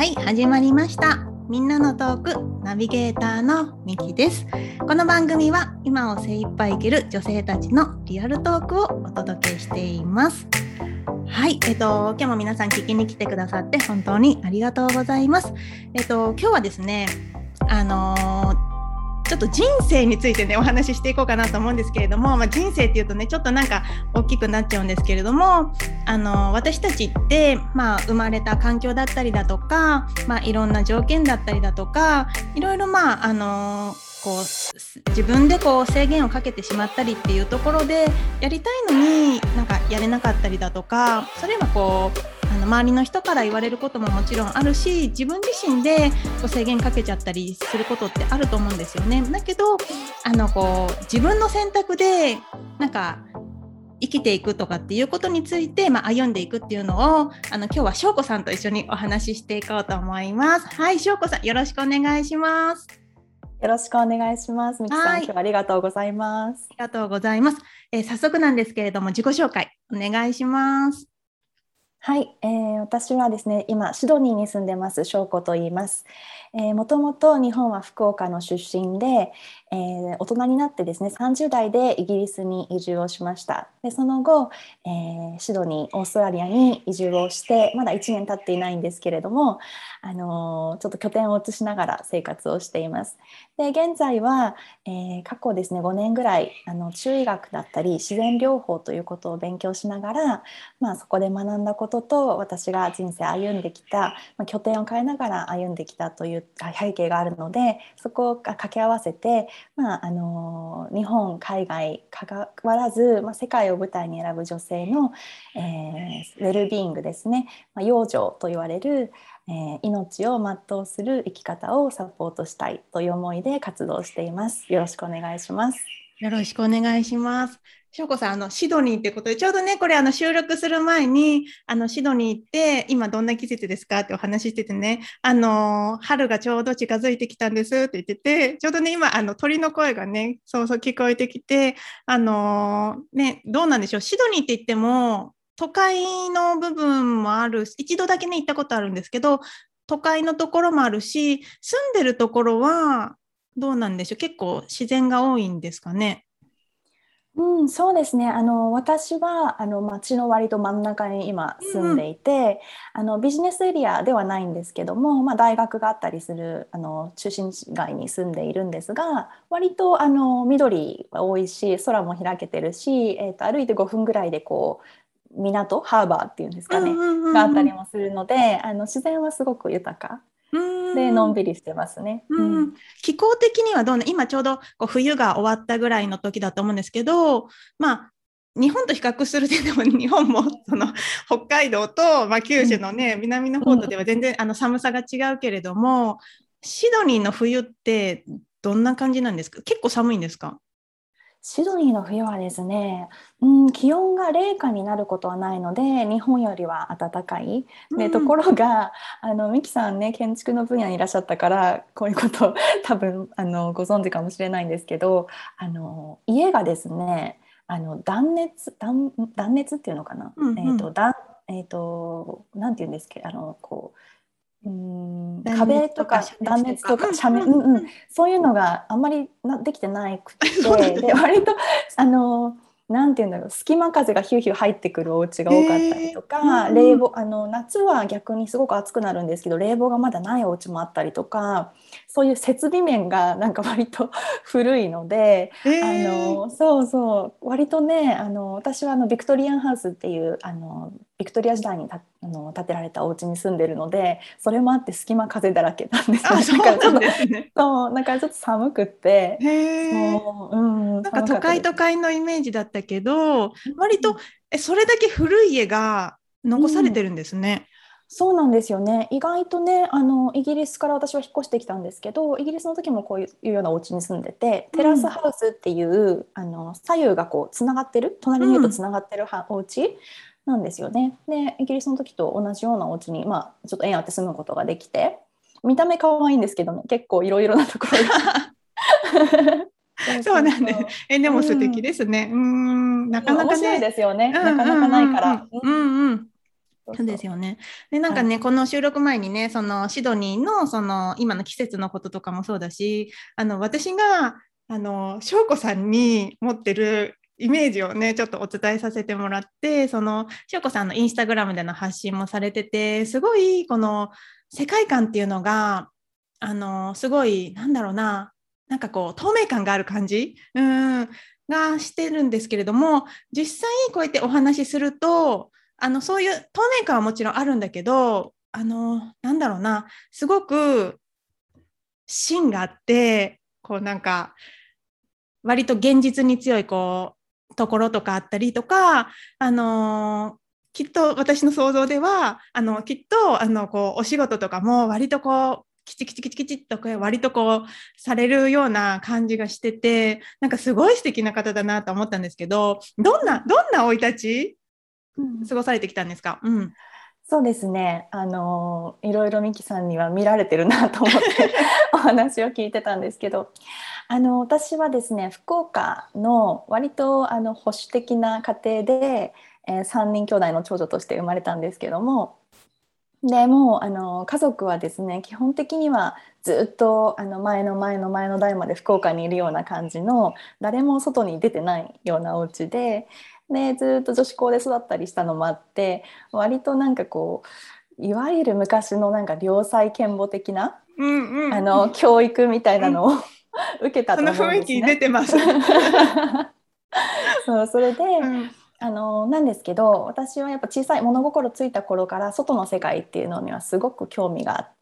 はい、始まりました。みんなのトークナビゲーターのみきです。この番組は今を精一杯生きる女性たちのリアルトークをお届けしています。はい、今日も皆さん聞きに来てくださって本当にありがとうございます。今日はですね、ちょっと人生についてねお話ししていこうかなと思うんですけれども、人生っていうとねちょっとなんか大きくなっちゃうんですけれども、私たちって、生まれた環境だったりだとか、いろんな条件だったりだとか、いろいろ自分で制限をかけてしまったりっていうところで、やりたいのになんかやれなかったりだとか、それは周りの人から言われることももちろんあるし、自分自身で制限かけちゃったりすることってあると思うんですよね。だけど自分の選択でなんか生きていくとかっていうことについて、歩んでいくっていうのを今日はしょうこさんと一緒にお話ししていこうと思います。はい、しょうこさんよろしくお願いします。 よろしくお願いします。みきさん、今日はありがとうございます。 ありがとうございます。早速なんですけれども自己紹介お願いします。 はい、私はですね、今シドニーに住んでますしょうこと言います。もともと日本は福岡の出身で、大人になってですね30代でイギリスに移住をしました。でその後、シドニーオーストラリアに移住をしてまだ1年経っていないんですけれども、ちょっと拠点を移しながら生活をしています。で現在は、過去ですね5年ぐらい中医学だったり自然療法ということを勉強しながら、そこで学んだことと私が人生歩んできた、拠点を変えながら歩んできたという背景があるので、そこを掛け合わせて、日本海外関わらず、世界を舞台に選ぶ女性の、ウェルビーイングですね、養生と言われる、命を全うする生き方をサポートしたいという思いで活動しています。よろしくお願いします。 よろしくお願いします。しょうこさん、シドニーってことで、ちょうどね、これ収録する前に、シドニーって今どんな季節ですかってお話ししててね、春がちょうど近づいてきたんですって言ってて、ちょうどね、今、鳥の声がね、そうそう聞こえてきて、どうなんでしょう、シドニーって言っても、都会の部分もあるし、一度だけね、行ったことあるんですけど、都会のところもあるし、住んでるところは、どうなんでしょう、結構自然が多いんですかね。 そうですね。私は町の割と真ん中に今住んでいて、ビジネスエリアではないんですけども、大学があったりする中心街に住んでいるんですが、割と緑が多いし空も開けてるし、歩いて5分ぐらいで港ハーバーっていうんですかね、があったりもするので、自然はすごく豊かでのんびりしてますね。 気候的にはどうね、今ちょうど冬が終わったぐらいの時だと思うんですけど、日本と比較する点でも日本もその北海道と、九州のね、南の方とでは全然寒さが違うけれども、シドニーの冬ってどんな感じなんですか？結構寒いんですか？ シドニーの冬はですね、気温が零下になることはないので日本よりは暖かい。でところがミキさんね、建築の分野にいらっしゃったからこういうこと多分ご存知かもしれないんですけど、家がですね断熱っていうのかな、なんていうんですけど壁とか断熱とか斜面、そういうのがあんまりできてなくて、で割となんていうんだろう、隙間風がヒューヒュー入ってくるお家が多かったりとか、冷房夏は逆にすごく暑くなるんですけど冷房がまだないお家もあったりとか、そういう設備面がなんか割と古いので、そうそう割とね、私はビクトリアンハウスっていうビクトリア時代に建てられたお家に住んでるので、それもあって隙間風だらけなんですよね。だからちょっと寒くって、 なんか都会のイメージだったけど、割とそれだけ古い家が残されてるんですね。 そうなんですよね。意外とね、イギリスから私は引っ越してきたんですけど、イギリスの時もこういうようなお家に住んでて、テラスハウスっていう左右がつながってる、隣の家とつながってるお家なんですよね。でイギリスの時と同じようなお家に、ちょっと縁あって住むことができて、見た目可愛いんですけどね、結構いろいろなところがそうなんです。でも素敵ですね。なかなかね。 面白いですよね。なかなかないから。 そうそうそう。 ですよね。で、なんかはい。 ね、この収録前にね、そのシドニーのその今の季節のこととかもそうだし、私が翔子さんに持ってるイメージをね、ちょっとお伝えさせてもらって、その翔子さんのインスタグラムでの発信もされてて、すごいこの世界観っていうのが、すごい、なんだろうな、なんかこう、透明感がある感じ、がしてるんですけれども、実際こうやってお話しすると、そういう透明感はもちろんあるんだけど、なんだろうな、すごく芯があって、こうなんか、割と現実に強いこうところとかあったりとか、きっと私の想像ではきっとこうお仕事とかも割とこうキチキチキチキチっと割とこうされるような感じがしてて、なんかすごい素敵な方だなと思ったんですけど、どんな生い立ちうん、 過ごされてきたんですか？うん。 そうですね。いろいろミキさんには見られてるなと思ってお話を聞いてたんですけど、私はですね、福岡の割と保守的な家庭で、3人兄弟の長女として生まれたんですけども、でもう家族はですね、基本的にはずっと前の前の前の代まで福岡にいるような感じの、誰も外に出てないようなお家で、ずっと女子校で育ったりしたのもあって、割となんかこういわゆる昔のなんか良妻賢母的なうんうん。 教育みたいうん。 なのを受けたそのと思うん雰囲気出ですね。 てます。 そう、それでうん。 なんですけど、私はやっぱ小さい物心ついた頃から外の世界っていうのにはすごく興味があって、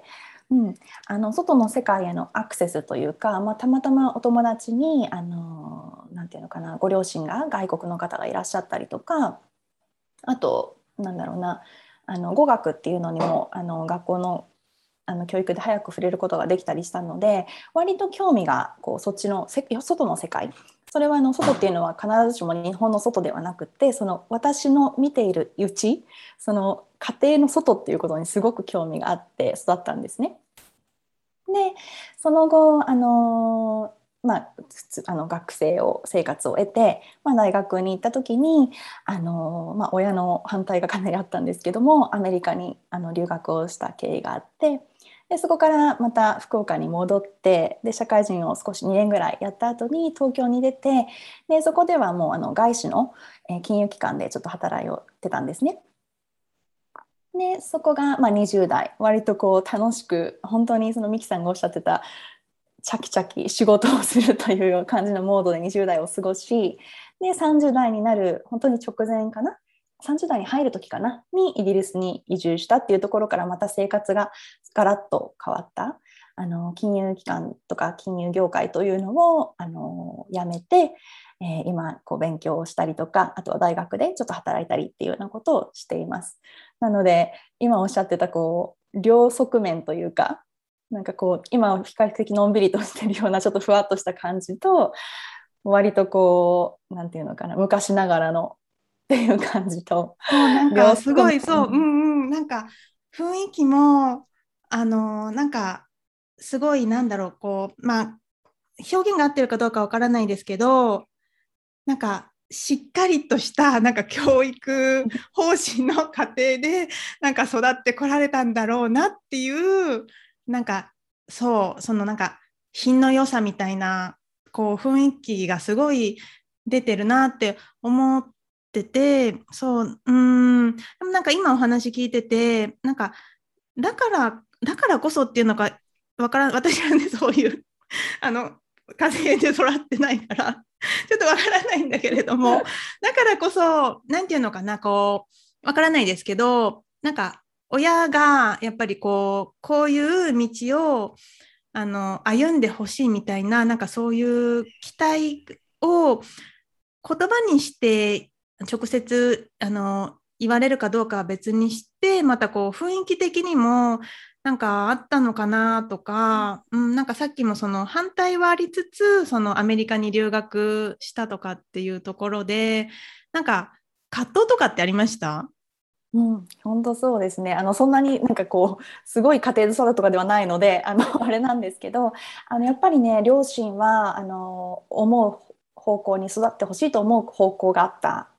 うん、外の世界へのアクセスというか、まあ、たまたまお友達になんていうのかな、ご両親が外国の方がいらっしゃったりとか、あとなんだろうな、語学っていうのにも学校の教育で早く触れることができたりしたので、割と興味がこうそっちの外の世界、それは外っていうのは必ずしも日本の外ではなくて、その私の見ているうち、その家庭の外っていうことにすごく興味があって育ったんですね。でその後まあ、学生生活を得て、まあ、大学に行った時にまあ、親の反対がかなりあったんですけども、アメリカに留学をした経緯があって、でそこからまた福岡に戻って、で社会人を少し2年ぐらいやった後に東京に出て、でそこではもう外資の金融機関でちょっと働いてたんですね。でそこがまあ20代、割とこう楽しく、本当にそのミキさんがおっしゃってたチャキチャキ仕事をするという感じのモードで20代を過ごし、で30代になる本当に直前かな、30代に入る時かなにイギリスに移住したっていうところから、また生活がガラッと変わった。金融機関とか金融業界というのを辞めて、今こう勉強をしたりとか、あとは大学でちょっと働いたりっていうようなことをしています。なので今おっしゃってたこう両側面というか、なんかこう今比較的のんびりとしてるようなちょっとふわっとした感じと、割とこうなんていうのかな、昔ながらのっていう感じと、 そう、なんかす両側面、 ごい、そう、うんうん、なんか雰囲気も、なんかすごい、なんだろう、こう、まあ、表現が合ってるかどうかわからないですけど、なんかしっかりとしたなんか教育方針の過程でなんか育ってこられたんだろうなっていう、なんかそう、そのなんか品の良さみたいなこう雰囲気がすごい出てるなって思ってて、そう、でもなんか今お話聞いてて、なんかだからこそっていうのかわからん、私はね、そういうあの家庭で育ってないからちょっとわからないんだけれども、だからこそ、なんていうのかな、こう、わからないですけど、なんか、親がやっぱりこういう道を歩んでほしいみたいな、なんかそういう期待を言葉にして直接言われるかどうかは別にして、またこう雰囲気的にもなんかあったのかなとか、なんかさっきもその反対はありつつ、そのアメリカに留学したとかっていうところで、なんか葛藤とかってありました？ うん、本当そうですね。そんなになんかこうすごい家庭で育ったとかではないので、あれなんですけど、やっぱりね、両親は思う方向に育ってほしいと思う方向があった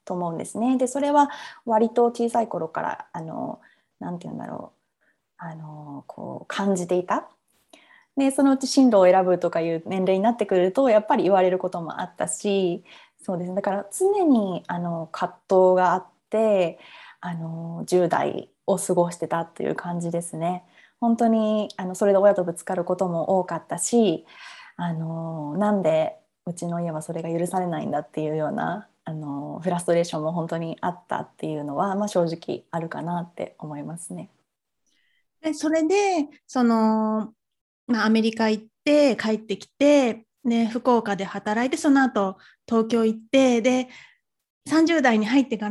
と思うんですね。でそれは割と小さい頃からなんて言うんだろう、こう感じていた。でそのうち進路を選ぶとかいう年齢になってくるとやっぱり言われることもあったし、そうですね、だから常に葛藤があって10代を過ごしてたっていう感じですね。本当にそれで親とぶつかることも多かったし、なんでうちの家はそれが許されないんだっていうようなフラストレーションも本当にあったっていうのは、まあ、正直あるかなって思いますね。 で、それで、まあ、アメリカ行って帰ってきて、ね、福岡で働いて、その後東京行って、で、30代に入ってから、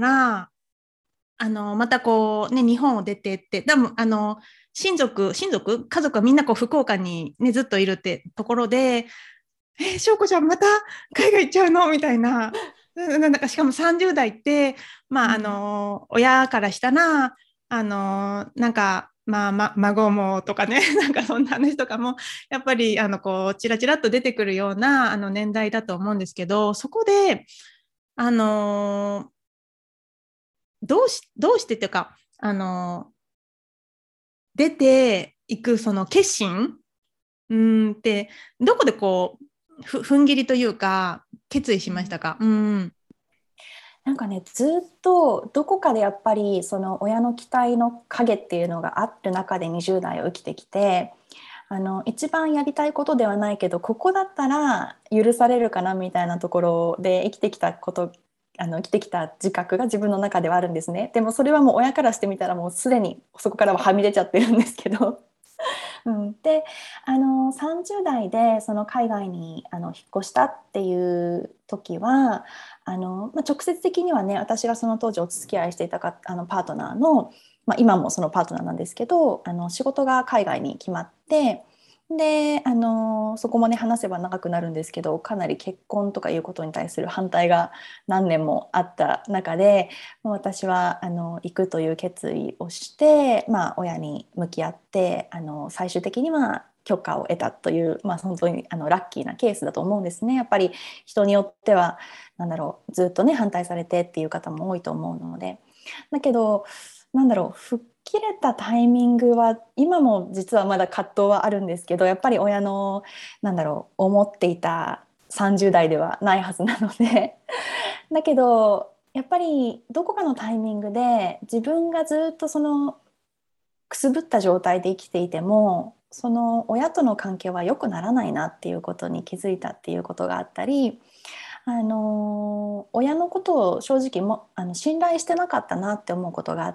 またこうね、日本を出てって、でも、家族はみんなこう福岡にね、ずっといるってところで、翔子ちゃんまた海外行っちゃうのみたいな。なんかしかも30代って、まあ、 うん、 親からしたら、なんか、孫もとかね、なんかそんな話とかも、やっぱり、こう、ちらちらっと出てくるような、年代だと思うんですけど、そこで、あの、どうしてっていうか、出ていくその決心って、どこでこう、踏ん切りというか、決意しましたか？うん。 なんかね、ずっとどこかでやっぱりその親の期待の影っていうのがある中で20代を生きてきて、一番やりたいことではないけどここだったら許されるかなみたいなところで生きてきたこと、生きてきた自覚が自分の中ではあるんですね。でもそれはもう親からしてみたらもうすでにそこからははみ出ちゃってるんですけどうん、で30代でその海外に引っ越したっていう時は直接的にはね、私がその当時お付き合いしていたパートナーの、今もそのパートナーなんですけど、仕事が海外に決まって、でそこもね話せば長くなるんですけど、かなり結婚とかいうことに対する反対が何年もあった中で、私は行くという決意をして、親に向き合って最終的には許可を得たという、本当にラッキーなケースだと思うんですね。やっぱり人によってはなんだろう、ずっとね反対されてっていう方も多いと思うので、だけどなんだろう、吹っ切れたタイミングは今も実はまだ葛藤はあるんですけど、やっぱり親のなんだろう、思っていた30代ではないはずなのでだけどやっぱりどこかのタイミングで自分がずっとそのくすぶった状態で生きていてもその親との関係は良くならないなっていうことに気づいたっていうことがあったり、親のことを正直も信頼してなかったなって思うことがあって、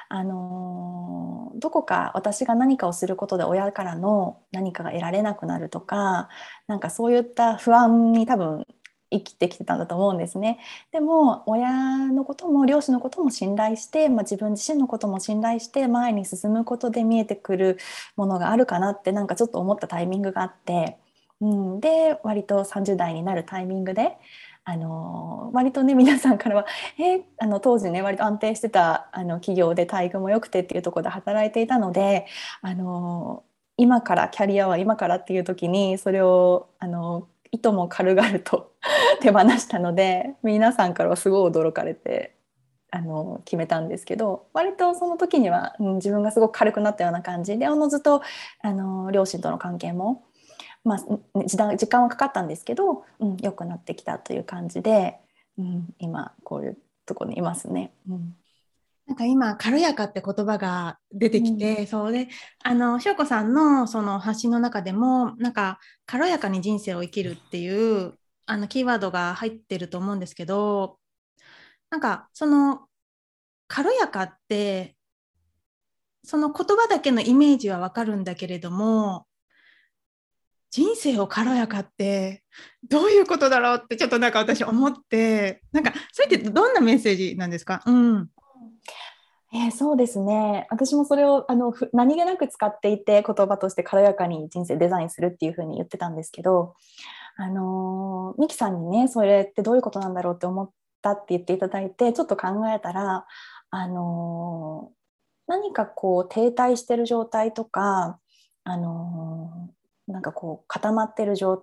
どこか私が何かをすることで親からの何かが得られなくなるとか、なんかそういった不安に多分生きてきてたんだと思うんですね。でも親のことも両親のことも信頼して、自分自身のことも信頼して前に進むことで見えてくるものがあるかなってなんかちょっと思ったタイミングがあって、で割と30代になるタイミングで割とね皆さんからは当時ね割と安定してた企業で待遇も良くてっていうところで働いていたので今からキャリアは今からっていう時にそれをいとも軽々と手放したので皆さんからはすごい驚かれて決めたんですけど、割とその時には、自分がすごく軽くなったような感じでずっと両親との関係も、時間はかかったんですけど、良くなってきたという感じで、今こういうところにいますね。 なんか今、軽やかって言葉が出てきうんて、そうで、翔子さんのその発信の中でも、なんか、軽やかに人生を生きるっていう、キーワードが入ってると思うんですけど、なんか、その、軽やかって、その言葉だけのイメージはわかるんだけれども、人生を軽やかってどういうことだろうってちょっとなんか私思って、なんかそれってどんなメッセージなんですか？うん。 そうですね。私もそれを何気なく使っていて言葉として軽やかに人生デザインするっていうふうに言ってたんですけど、ミキさんにねそれってどういうことなんだろうって思ったって言っていただいてちょっと考えたら、何かこう停滞してる状態とか、なんかこう固まってる状態っ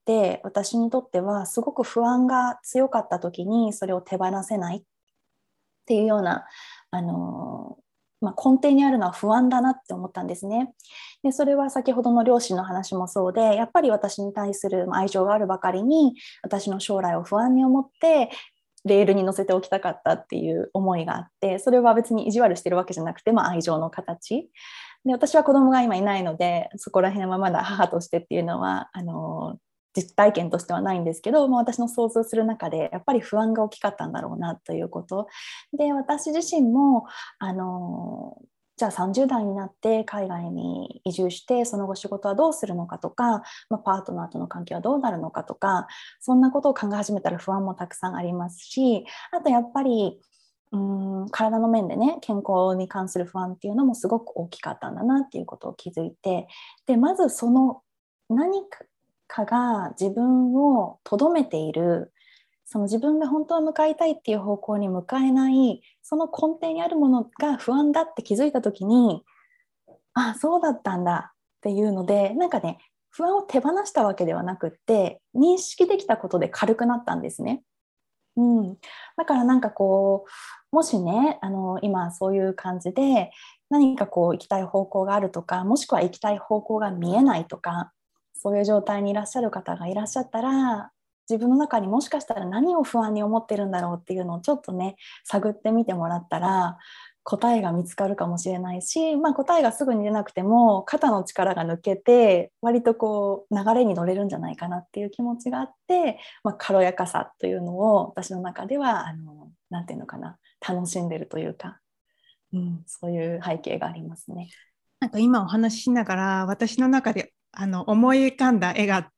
って私にとってはすごく不安が強かった時にそれを手放せないっていうような根底にあるのは不安だなって思ったんですね。でそれは先ほどの両親の話もそうで、やっぱり私に対する愛情があるばかりに私の将来を不安に思ってレールに乗せておきたかったっていう思いがあって、それは別に意地悪してるわけじゃなくて、愛情の形で、私は子供が今いないのでそこら辺はまだ母としてっていうのは実体験としてはないんですけど、私の想像する中でやっぱり不安が大きかったんだろうなということで、私自身もじゃあ30代になって海外に移住してその後仕事はどうするのかとか、パートナーとの関係はどうなるのかとか、そんなことを考え始めたら不安もたくさんありますし、あとやっぱり体の面でね、健康に関する不安っていうのもすごく大きかったんだなっていうことを気づいて、でまずその何かが自分をとどめている、その自分が本当は向かいたいっていう方向に向かえない、その根底にあるものが不安だって気づいた時に、そうだったんだっていうので、なんかね、不安を手放したわけではなくって認識できたことで軽くなったんですね。だからなんかこう、もしね今そういう感じで何かこう行きたい方向があるとか、もしくは行きたい方向が見えないとか、そういう状態にいらっしゃる方がいらっしゃったら、自分の中にもしかしたら何を不安に思ってるんだろうっていうのをちょっとね探ってみてもらったら答えが見つかるかもしれないし、答えがすぐに出なくても肩の力が抜けて割とこう流れに乗れるんじゃないかなっていう気持ちがあって、軽やかさというのを私の中ではなんていうのかな、楽しんでるというか、そういう背景がありますね。 なんか今お話ししながら私の中で思い浮かんだ絵があって、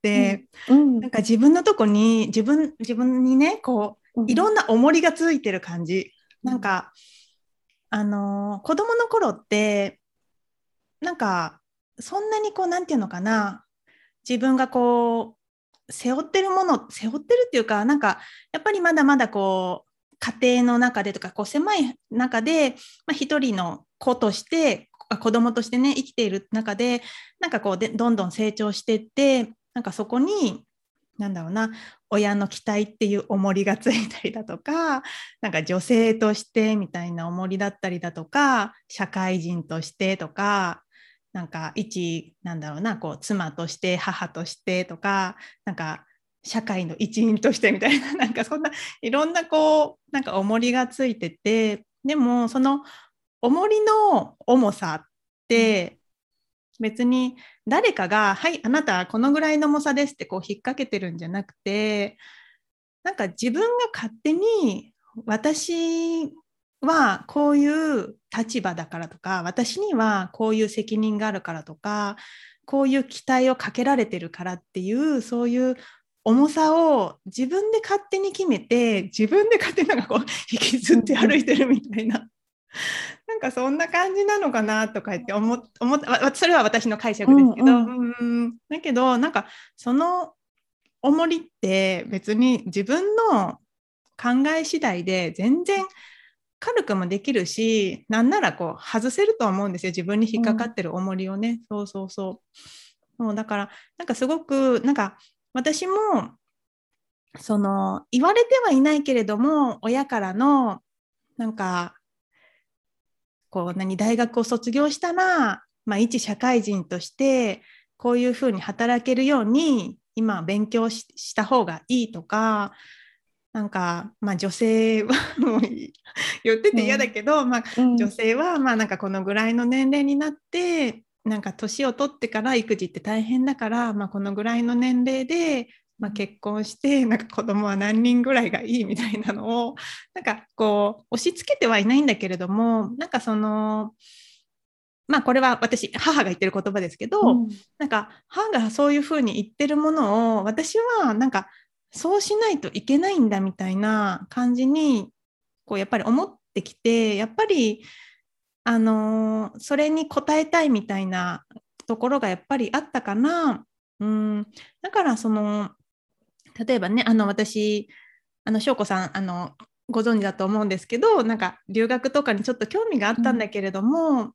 なんか自分のとこに自分にねこういろんな重りがついてる感じ、なんか子供の頃ってなんかそんなにこうなんていうのかな、自分がこう背負ってるっていうか、なんかやっぱりまだまだこう家庭の中でとかこう狭い中で、一人の子として子供としてね生きている中で、なんかこうどんどん成長していって、なんかそこになんだろうな、親の期待っていう重りがついたりだとか、なんか女性としてみたいな重りだったりだとか、社会人としてとか、なんかなんだろうな、こう妻として母としてとか、なんか社会の一員としてみたいな、なんかそんないろんなこうなんか重りがついてて、でもその重りの重さって別に誰かがはいあなたこのぐらいの重さですってこう引っ掛けてるんじゃなくて、なんか自分が勝手に私はこういう立場だからとか、私にはこういう責任があるからとか、こういう期待をかけられてるからっていう、そういう重さを自分で勝手に決めて、自分で勝手になんかこう引きずって歩いてるみたいな、なんかそんな感じなのかなとか言ってそれは私の解釈ですけど、だけどなんかその重りって別に自分の考え次第で全然軽くもできるし、なんならこう外せると思うんですよ、自分に引っかかってる重りをね。そうだからなんかすごくなんか私もその言われてはいないけれども、親からのなんかこう大学を卒業したら、一社会人としてこういうふうに働けるように今勉強した方がいいとか、なんか、女性はもう言ってて嫌だけど、女性はなんかこのぐらいの年齢になってなんか年を取ってから育児って大変だから、このぐらいの年齢で、結婚してなんか子供は何人ぐらいがいいみたいなのをなんかこう押し付けてはいないんだけれども、なんかそのこれは私母が言ってる言葉ですけど、なんか母がそういうふうに言ってるものを私はなんかそうしないといけないんだみたいな感じにこうやっぱり思ってきて、やっぱりそれに応えたいみたいなところがやっぱりあったかな。だからその例えばね、私翔子さんご存知だと思うんですけど、なんか留学とかにちょっと興味があったんだけれども、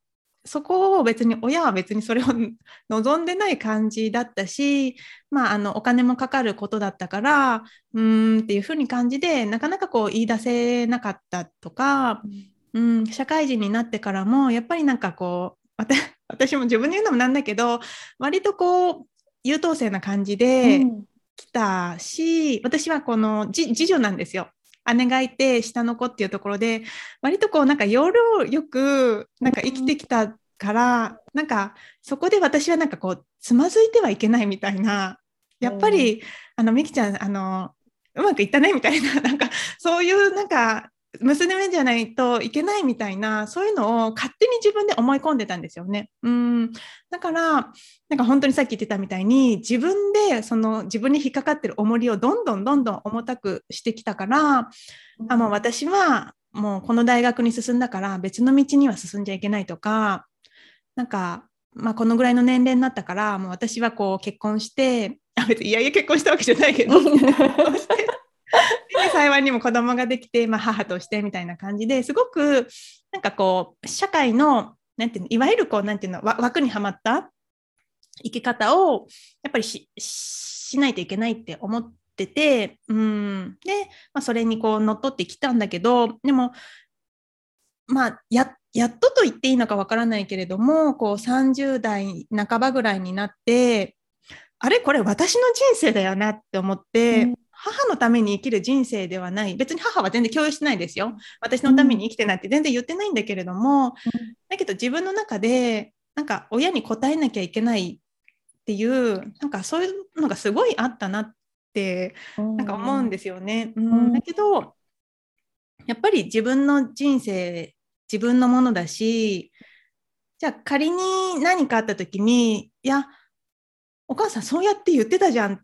そこを別に親は別にそれを望んでない感じだったし、お金もかかることだったからっていうふうに感じでなかなかこう言い出せなかったとか、社会人になってからもやっぱりなんかこう私も自分で言うのもなんだけど割とこう優等生な感じで来たし、私はこの次女なんですよ。姉がいて下の子っていうところで割とこうなんか要領よくなんか生きてきたから、なんかそこで私はなんかこうつまずいてはいけないみたいな、やっぱりみきちゃんうまくいったねみたいな、なんかそういうなんか娘じゃないといけないみたいな、そういうのを勝手に自分で思い込んでたんですよね。だからなんか本当にさっき言ってたみたいに自分でその自分に引っかかってる重りをどんどん重たくしてきたから、もう私はもうこの大学に進んだから別の道には進んじゃいけないとか、なんかこのぐらいの年齢になったからもう私はこう結婚して、別にいやいや結婚したわけじゃないけど結婚してで幸いにも子供ができて、母としてみたいな感じですごくなんかこう社会のなんていうの、いわゆるこうなんていうの枠にはまった生き方をやっぱり しないといけないって思ってて、で、それにこう乗っ取ってきたんだけど、でもやっとと言っていいのかわからないけれども、こう30代半ばぐらいになって、あれこれ私の人生だよなって思って、母のために生きる人生ではない。別に母は全然共有してないですよ。私のために生きてないって全然言ってないんだけれども、だけど自分の中でなんか親に応えなきゃいけないっていう、なんかそういうのがすごいあったなってなんか思うんですよね。だけどやっぱり自分の人生自分のものだし、じゃあ仮に何かあった時に、いやお母さんそうやって言ってたじゃんって、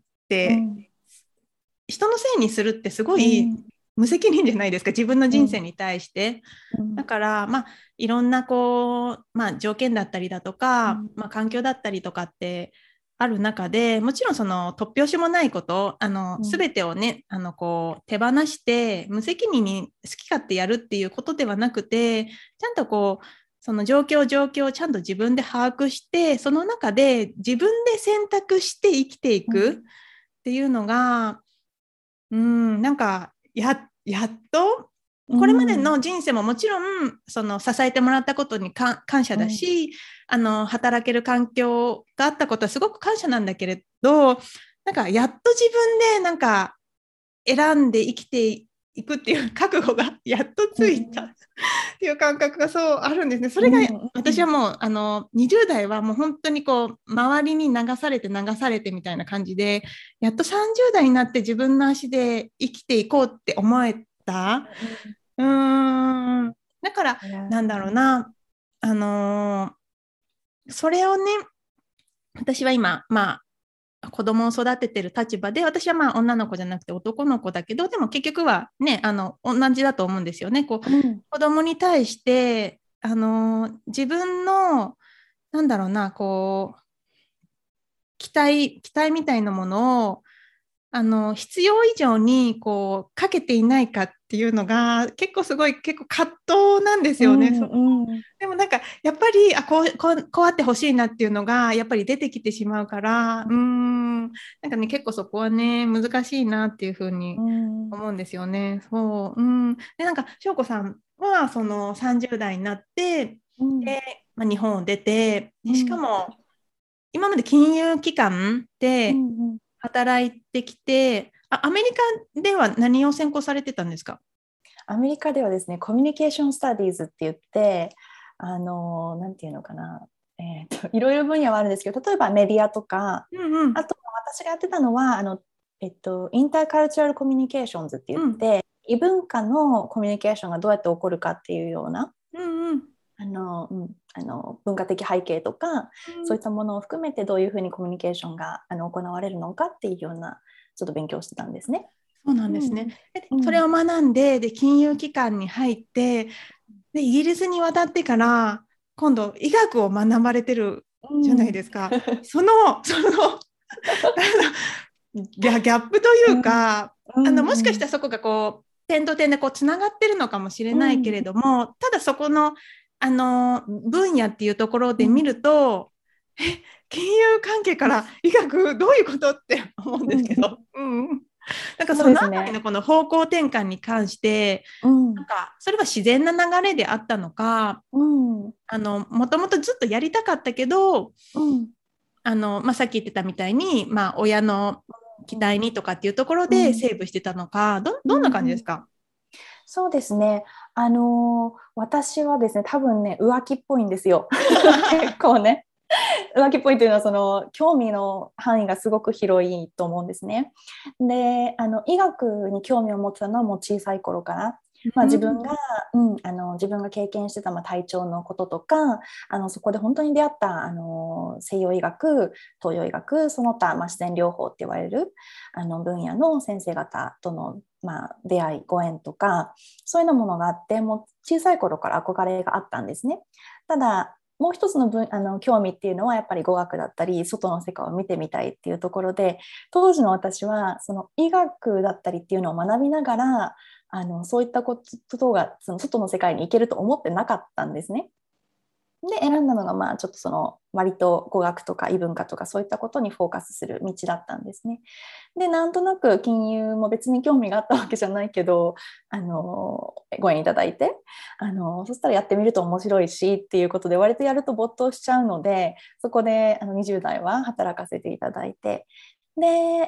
人のせいにするってすごい無責任じゃないですか、自分の人生に対して。だからいろんなこう、条件だったりだとか、環境だったりとかってある中で、もちろんその突拍子もないこと全てをねこう手放して無責任に好き勝手やるっていうことではなくて、ちゃんとこうその状況をちゃんと自分で把握して、その中で自分で選択して生きていくっていうのが、なんかやっとこれまでの人生ももちろんその支えてもらったことに感謝だし、働ける環境があったことはすごく感謝なんだけれど、なんかやっと自分でなんか選んで生きていくっていう覚悟がやっとついたっていう感覚がそうあるんですね。それが私はもう20代はもう本当にこう周りに流されてみたいな感じで、やっと30代になって自分の足で生きていこうって思えた。だからなんだろうな、それをね、私は今子供を育ててる立場で、私は女の子じゃなくて男の子だけど、でも結局はね同じだと思うんですよね。こう、子供に対して自分のなんだろうな、こう期待みたいなものを必要以上にこうかけていないかっていうのが結構葛藤なんですよね。でもなんかやっぱりこうあってほしいなっていうのがやっぱり出てきてしまうから、なんかね結構そこはね難しいなっていうふうに思うんですよね。そう、でなんか翔子さんはその30代になって、で日本を出て、しかも今まで金融機関で働いてきて、アメリカでは何を専攻されてたんですか？ アメリカではですね、コミュニケーションスタディーズって言って、なんていうのかな、いろいろ分野はあるんですけど、例えばメディアとか、あと私がやってたのはインターカルチャルコミュニケーションズって言って、異文化のコミュニケーションがどうやって起こるかっていうような、文化的背景とか、そういったものを含めてどういうふうにコミュニケーションが行われるのかっていうようなちょっと勉強してたんですね。 そうなんですね。それを学んで、金融機関に入って、でイギリスに渡ってから今度医学を学ばれてるじゃないですか。そのギャップというか、もしかしたらそこがこう点と点でこうつながってるのかもしれないけれども、ただそこの分野っていうところで見ると、金融関係から医学どういうことって思うんですけど、なんかそのあたりのこの方向転換に関して、なんかそれは自然な流れであったのか、もともとずっとやりたかったけど、さっき言ってたみたいに、親の期待にとかっていうところでセーブしてたのか、どんな感じですか？ そうですね。私はですね、多分ね、浮気っぽいんですよ。結構ね。浮気っぽいというのはその興味の範囲がすごく広いと思うんですね。で、医学に興味を持ってたのはもう小さい頃から、自分が経験してた体調のこととか、そこで本当に出会った西洋医学、東洋医学、その他、自然療法って言われる分野の先生方との、出会い、ご縁とか、そういうのものがあって、もう小さい頃から憧れがあったんですね。ただもう一つの興味っていうのはやっぱり語学だったり外の世界を見てみたいっていうところで、当時の私はその医学だったりっていうのを学びながらそういったことがその外の世界に行けると思ってなかったんですね。で選んだのがちょっとその割と語学とか異文化とかそういったことにフォーカスする道だったんですね。でなんとなく金融も別に興味があったわけじゃないけどご縁いただいてそしたらやってみると面白いしっていうことで割とやると没頭しちゃうので、そこで20代は働かせていただいて、で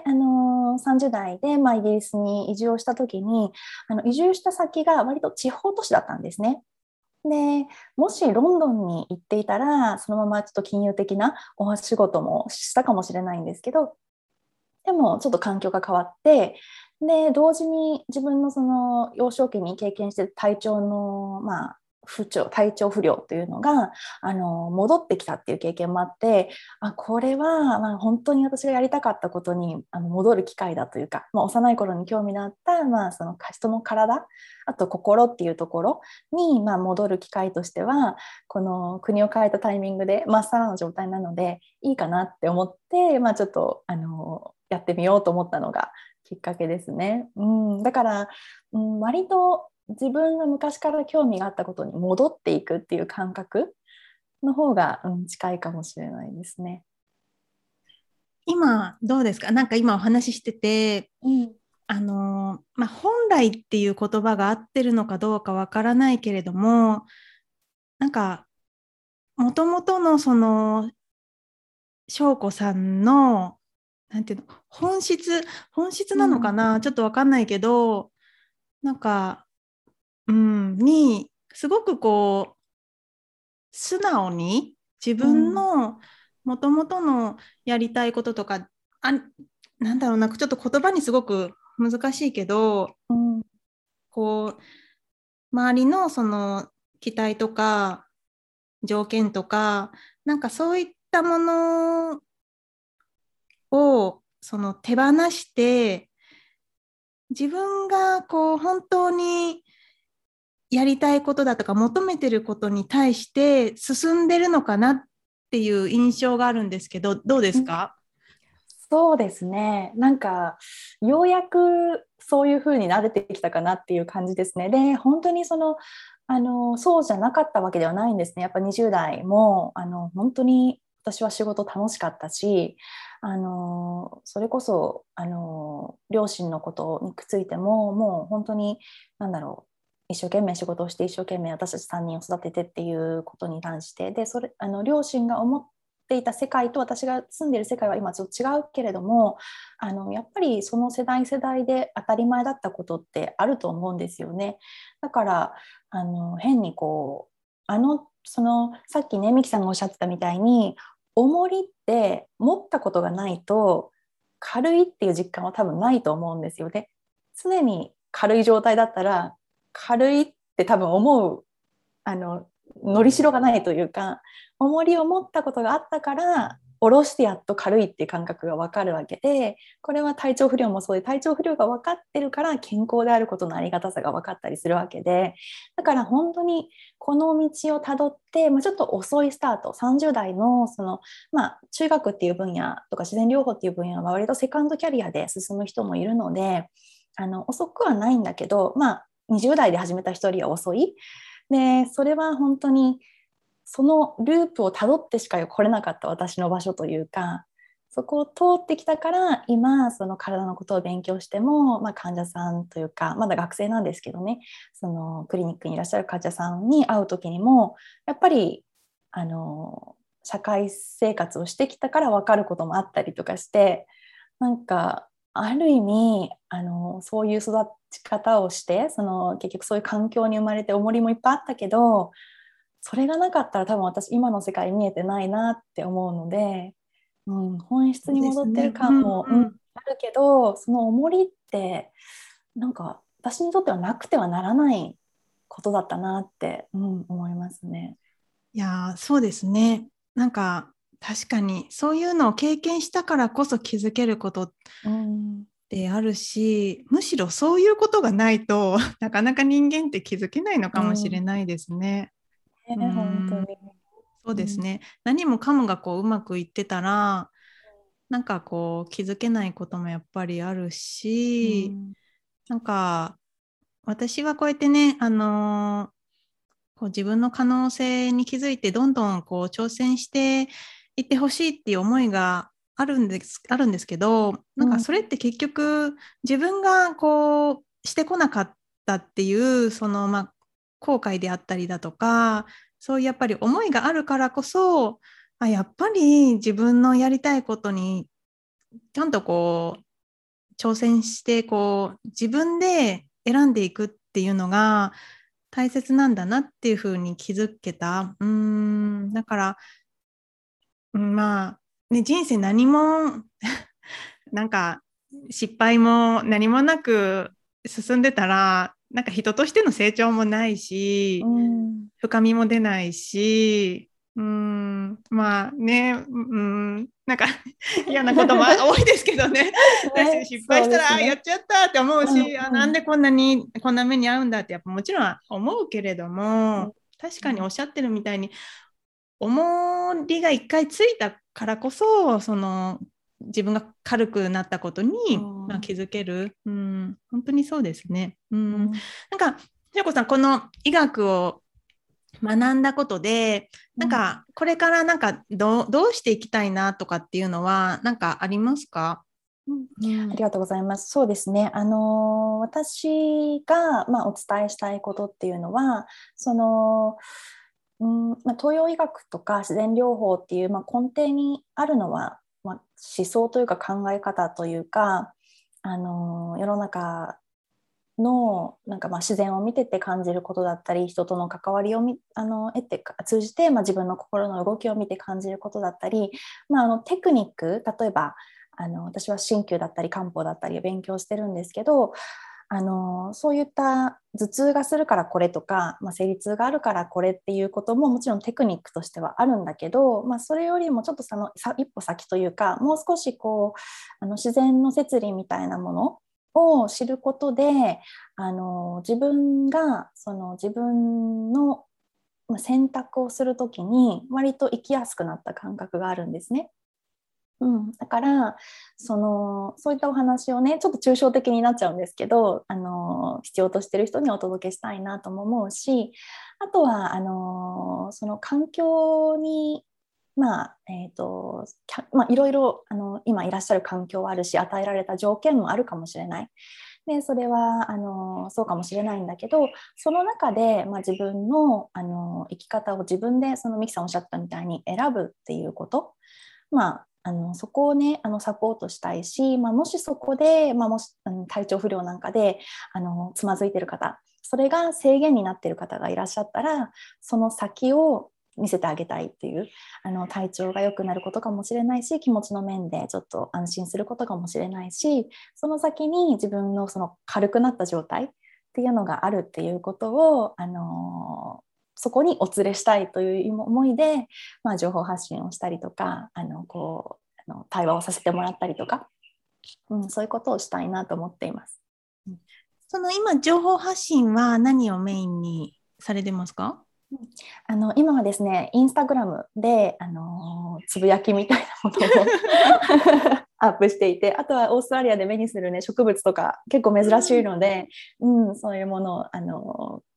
30代で、イギリスに移住をした時に移住した先が割と地方都市だったんですね。でもしロンドンに行っていたらそのままちょっと金融的なお仕事もしたかもしれないんですけど、でもちょっと環境が変わって、で同時に自分のその幼少期に経験して体調の体調不良というのが戻ってきたっていう経験もあって、これは本当に私がやりたかったことに戻る機会だというか、幼い頃に興味のあった、その人の体、あと心っていうところに戻る機会としては、この国を変えたタイミングでまっさらの状態なのでいいかなって思って、ちょっとやってみようと思ったのがきっかけですね。だから、割と自分が昔から興味があったことに戻っていくっていう感覚の方が、近いかもしれないですね。 今どうですか？なんか今お話ししてて、本来っていう言葉が合ってるのかどうかわからないけれども、なんかもともとのその翔子さんのなんていうの、本質なのかな、ちょっとわかんないけど、なんかにすごくこう素直に自分のもともとのやりたいこととか、なんだろうな、ちょっと言葉にすごく難しいけど、こう周りのその期待とか条件とか、なんかそういったものをその手放して、自分がこう本当にやりたいことだとか求めてることに対して進んでるのかなっていう印象があるんですけど、どうですか？ そうですね。なんかようやくそういう風に慣れてきたかなっていう感じですね。で、本当にそうじゃなかったわけではないんですね。やっぱ20代も本当に私は仕事楽しかったし、それこそ両親のことにくっついてももう本当に一生懸命仕事をして一生懸命私たち3人を育ててっていうことに関してで、両親が思っていた世界と私が住んでいる世界は今ちょっと違うけれども、やっぱりその世代世代で当たり前だったことってあると思うんですよね。だから変にさっきねミキさんがおっしゃってたみたいに重りって持ったことがないと軽いっていう実感は多分ないと思うんですよね。常に軽い状態だったら軽いって多分思うのりしろがないというか、重りを持ったことがあったから下ろしてやっと軽いっていう感覚が分かるわけで、これは体調不良もそうで体調不良が分かってるから健康であることのありがたさが分かったりするわけで、だから本当にこの道をたどって、ちょっと遅いスタート30代の中学っていう分野とか自然療法っていう分野は割とセカンドキャリアで進む人もいるので遅くはないんだけど、20代で始めた人よりは遅いでそれは本当にそのループをたどってしか来れなかった私の場所というか、そこを通ってきたから今その体のことを勉強しても、患者さんというかまだ学生なんですけどね、そのクリニックにいらっしゃる患者さんに会う時にもやっぱり社会生活をしてきたから分かることもあったりとかして、なんかある意味そういう育ち方をして、結局そういう環境に生まれて重りもいっぱいあったけど、それがなかったら多分私今の世界見えてないなって思うので、本質そうにですね。 戻ってる感も、あるけど、その重りってなんか私にとってはなくてはならないことだったなって、思いますね。 いや、そうですね。なんか確かにそういうのを経験したからこそ気づけることってあるし、むしろそういうことがないとなかなか人間って気づけないのかもしれないですね。 本当に、 そうですね。何もかもがこううまくいってたら、なんかこう気づけないこともやっぱりあるし、なんか私はこうやってね、こう自分の可能性に気づいてどんどんこう挑戦していってほしいっていう思いがあるんですけど、なんかそれって結局自分がこうしてこなかったっていうその後悔であったりだとか、そういうやっぱり思いがあるからこそ、やっぱり自分のやりたいことにちゃんとこう挑戦してこう自分で選んでいくっていうのが大切なんだなっていうふうに気づけた。だから、ね、人生何もなんか失敗も何もなく進んでたら、なんか人としての成長もないし、深みも出ないし、なんか嫌なことも多いですけどね。 ね、 失敗したら、 そうですね。 やっちゃったって思うし、なんでこんな目に遭うんだってやっぱもちろん思うけれども、確かにおっしゃってるみたいに重りが一回ついたからこそ、その自分が軽くなったことに、気づける、本当にそうですね。なんかひろこさん、この医学を学んだことで、なんかこれからなんかどうしていきたいなとかっていうのはなんかありますか？ ありがとうございます。そうですね。私が、お伝えしたいことっていうのは、東洋医学とか自然療法っていう、根底にあるのは、思想というか考え方というか、世の中のなんか自然を見てて感じることだったり、人との関わりを通じて、自分の心の動きを見て感じることだったり、テクニック、例えば私は鍼灸だったり漢方だったりを勉強してるんですけど、そういった頭痛がするからこれとか、生理痛があるからこれっていうことももちろんテクニックとしてはあるんだけど、それよりもちょっと一歩先というか、もう少しこう自然の摂理みたいなものを知ることで、自分が自分の選択をするときに割と生きやすくなった感覚があるんですね。だからそういったお話をね、ちょっと抽象的になっちゃうんですけど、必要としてる人にお届けしたいなとも思うし、あとはその環境にいろいろ今いらっしゃる環境はあるし、与えられた条件もあるかもしれない。でそれはそうかもしれないんだけど、その中で、自分の、生き方を自分でミキさんおっしゃったみたいに選ぶっていうこと、そこをねサポートしたいし、もしそこで、もし体調不良なんかでつまずいてる方、それが制限になっている方がいらっしゃったら、その先を見せてあげたいっていう、体調が良くなることかもしれないし、気持ちの面でちょっと安心することかもしれないし、その先に自分のその軽くなった状態っていうのがあるっていうことを、そこにお連れしたいという思いで、情報発信をしたりとか、対話をさせてもらったりとか、そういうことをしたいなと思っています。 その今情報発信は何をメインにされてますか？ 今はですね、インスタグラムでつぶやきみたいなものをアップしていて、あとはオーストラリアで目にする、植物とか結構珍しいので、そういうものを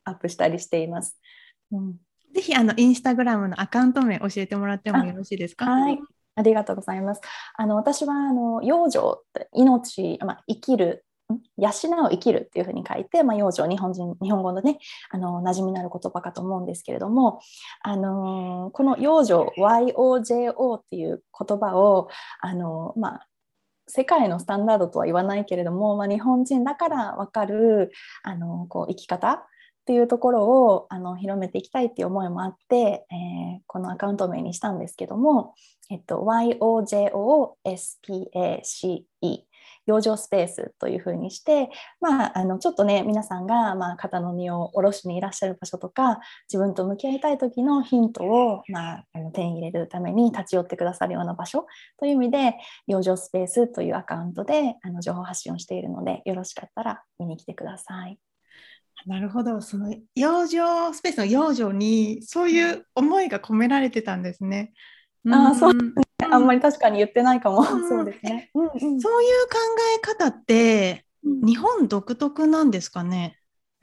アップしたりしています。うん、 ぜひインスタグラムのアカウント名教えてもらってもよろしいですか？ はい、ありがとうございます。私は養生って命、生きる、養う生きるっていうふうに書いて、養生、日本語のね馴染みのある言葉かと思うんですけれども、この養生 YOJO っていう言葉を世界のスタンダードとは言わないけれども、日本人だから分かるこう生き方っていうところを広めていきたいっていう思いもあって、このアカウント名にしたんですけども、YOJOSPACE 養生スペースというふうにして、ちょっとね皆さんが、肩の荷を下ろしにいらっしゃる場所とか、自分と向き合いたい時のヒントを、手に入れるために立ち寄ってくださるような場所という意味で、養生スペースというアカウントで情報発信をしているので、よろしかったら見に来てください。 なるほど、その養生スペースの養生にそういう思いが込められてたんですね。 そうですね。あんまり確かに言ってないかも。そうですね。 そういう考え方って日本独特なんですかね？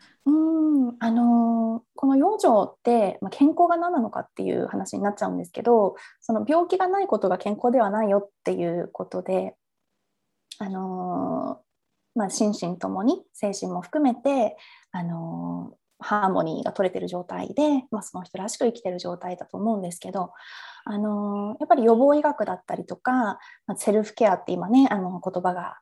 この養生って、健康が何なのかっていう話になっちゃうんですけど、その病気がないことが健康ではないよっていうことで、心身ともに精神も含めて、ハーモニーが取れてる状態で、その人らしく生きてる状態だと思うんですけど、やっぱり予防医学だったりとか、セルフケアって今ね言葉が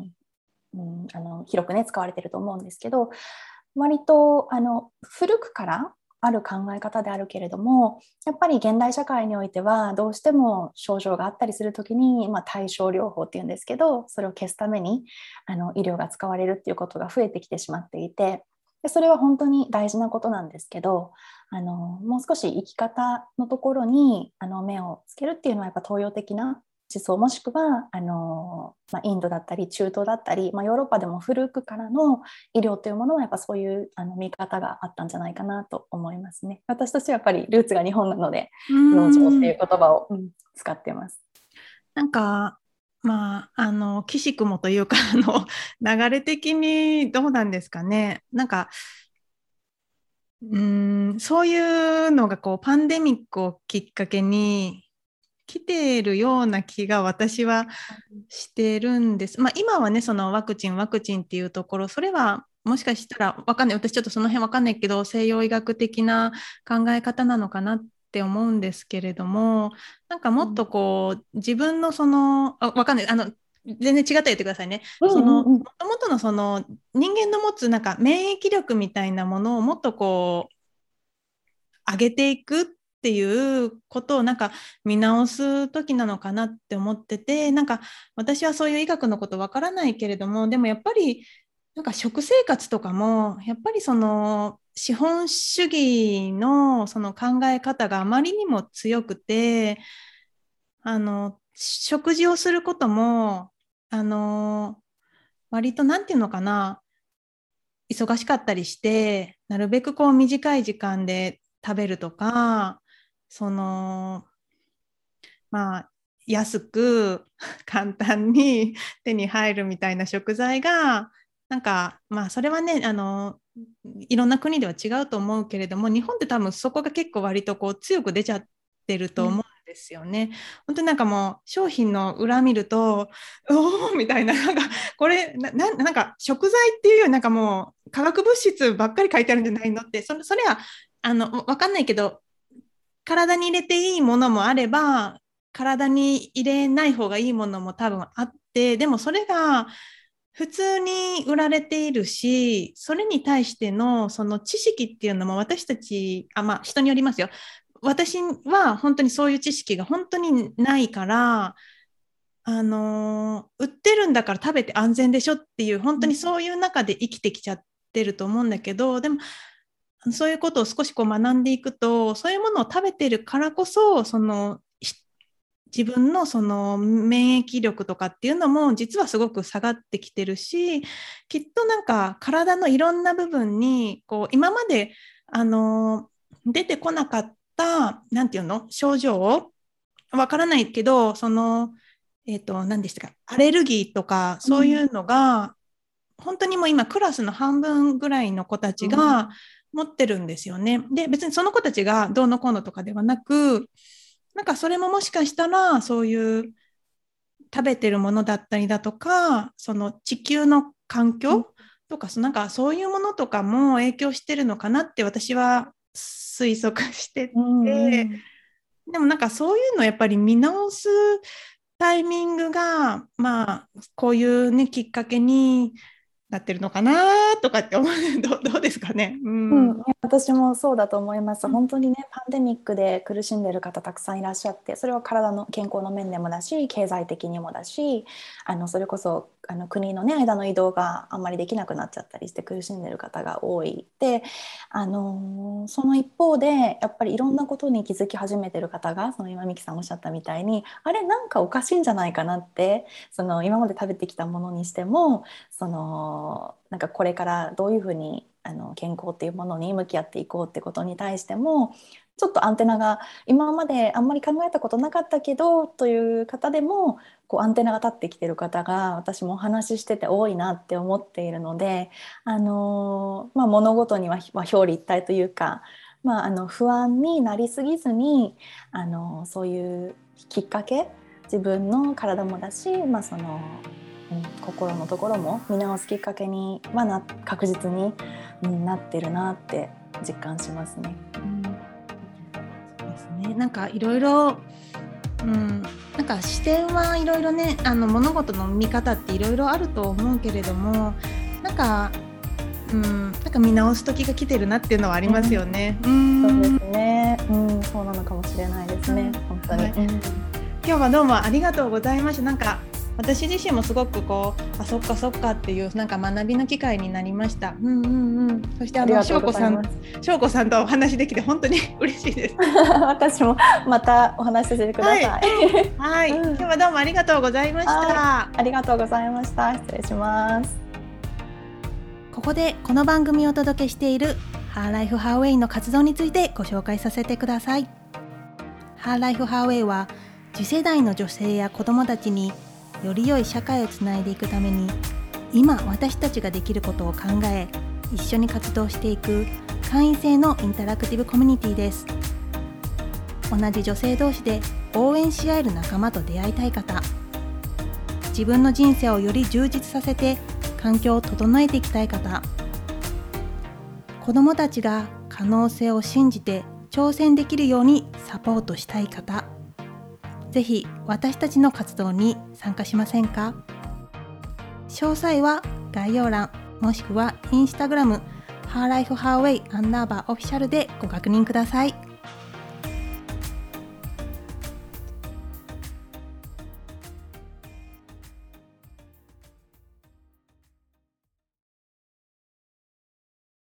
広くね使われてると思うんですけど、割と古くからある考え方であるけれども、やっぱり現代社会においてはどうしても症状があったりするときに、対症療法っていうんですけど、それを消すために医療が使われるっていうことが増えてきてしまっていて、でそれは本当に大事なことなんですけど、もう少し生き方のところに目をつけるっていうのはやっぱ東洋的な思想、もしくはインドだったり中東だったり、ヨーロッパでも古くからの医療というものはやっぱそういう見方があったんじゃないかなと思いますね。私としてはやっぱりルーツが日本なので、養生っていう言葉を、使ってます。 なんか岸しくもというか流れ的にどうなんですかね。なんかそういうのがこうパンデミックをきっかけに来ているような気が私はしてるんです。今はね、そのワクチンっていうところ、それはもしかしたらわかんない、私ちょっとその辺わかんないけど、西洋医学的な考え方なのかなって思うんですけれども、なんかもっとこう、自分のその、わかんない、全然違ったら言ってくださいね。もともとのその人間の持つなんか免疫力みたいなものをもっとこう、上げていくっていうことをなんか見直す時なのかなって思ってて、なんか私はそういう医学のことわからないけれども、でもやっぱりなんか食生活とかもやっぱりその資本主義のその考え方があまりにも強くて、食事をすることも割となんていうのかな、忙しかったりしてなるべくこう短い時間で食べるとか、その安く簡単に手に入るみたいな食材がなんかそれはねいろんな国では違うと思うけれども、日本って多分そこが結構割とこう強く出ちゃってると思うんですよね。本当になんかもう商品の裏見るとおおみたいな、なんかこれなんか食材っていうよりなんかもう化学物質ばっかり書いてあるんじゃないのって、それは分かんないけど、体に入れていいものもあれば体に入れない方がいいものも多分あって、でもそれが普通に売られているし、それに対してのその知識っていうのも私たち人によりますよ。私は本当にそういう知識が本当にないから、売ってるんだから食べて安全でしょっていう、本当にそういう中で生きてきちゃってると思うんだけど、でもそういうことを少しこう学んでいくと、そういうものを食べてるからこそ、その自分のその免疫力とかっていうのも実はすごく下がってきてるし、きっとなんか体のいろんな部分にこう今まで出てこなかったなんていうの症状わからないけど、その何でしたか、アレルギーとかそういうのが本当にもう今クラスの半分ぐらいの子たちが持ってるんですよね。で、別にその子たちがどうのこうのとかではなく、なんかそれももしかしたらそういう食べてるものだったりだとか、その地球の環境とか、なんかそういうものとかも影響してるのかなって私は推測してて、でもなんかそういうのやっぱり見直すタイミングが、まあ、こういうね、きっかけになってるのかなとかって思う。どうですかね。 私もそうだと思います。本当にね、パンデミックで苦しんでる方たくさんいらっしゃって、それは体の健康の面でもだし、経済的にもだし、それこそ国の、ね、間の移動があんまりできなくなっちゃったりして苦しんでる方が多い。で、その一方でやっぱりいろんなことに気づき始めてる方が、その今美樹さんおっしゃったみたいに、あれなんかおかしいんじゃないかなって、その今まで食べてきたものにしても、なんかこれからどういうふうに健康っていうものに向き合っていこうってことに対してもちょっとアンテナが今まであんまり考えたことなかったけどという方でもこうアンテナが立ってきてる方が私もお話ししてて多いなって思っているので、物事には表裏一体というか、不安になりすぎずにそういうきっかけ、自分の体もだし、心のところも見直すきっかけには確実に、なってるなって実感しますね。 そうですね。なんかいろいろ、なんか視点はいろいろね、物事の見方っていろいろあると思うけれども、なんか見直す時が来てるなっていうのはありますよね。 そうですね。そうなのかもしれないですね。本当に。 今日はどうもありがとうございました。なんか私自身もすごくこうそっかそっかっていうなんか学びの機会になりました。そして翔子さんとお話できて本当に嬉しいです。 私もまたお話しさせてください。 はい、今日はどうもありがとうございました。 ありがとうございました。失礼します。 ここでこの番組をお届けしているHer Life Her Wayの活動についてご紹介させてください。Her Life Her Wayは次世代の女性や子どもたちにより良い社会をつないでいくために今私たちができることを考え一緒に活動していく会員制のインタラクティブコミュニティです。同じ女性同士で応援し合える仲間と出会いたい方、自分の人生をより充実させて環境を整えていきたい方、子どもたちが可能性を信じて挑戦できるようにサポートしたい方、ぜひ私たちの活動に参加しませんか？詳細は概要欄もしくはインスタグラム Her Life Her Way _official でご確認ください。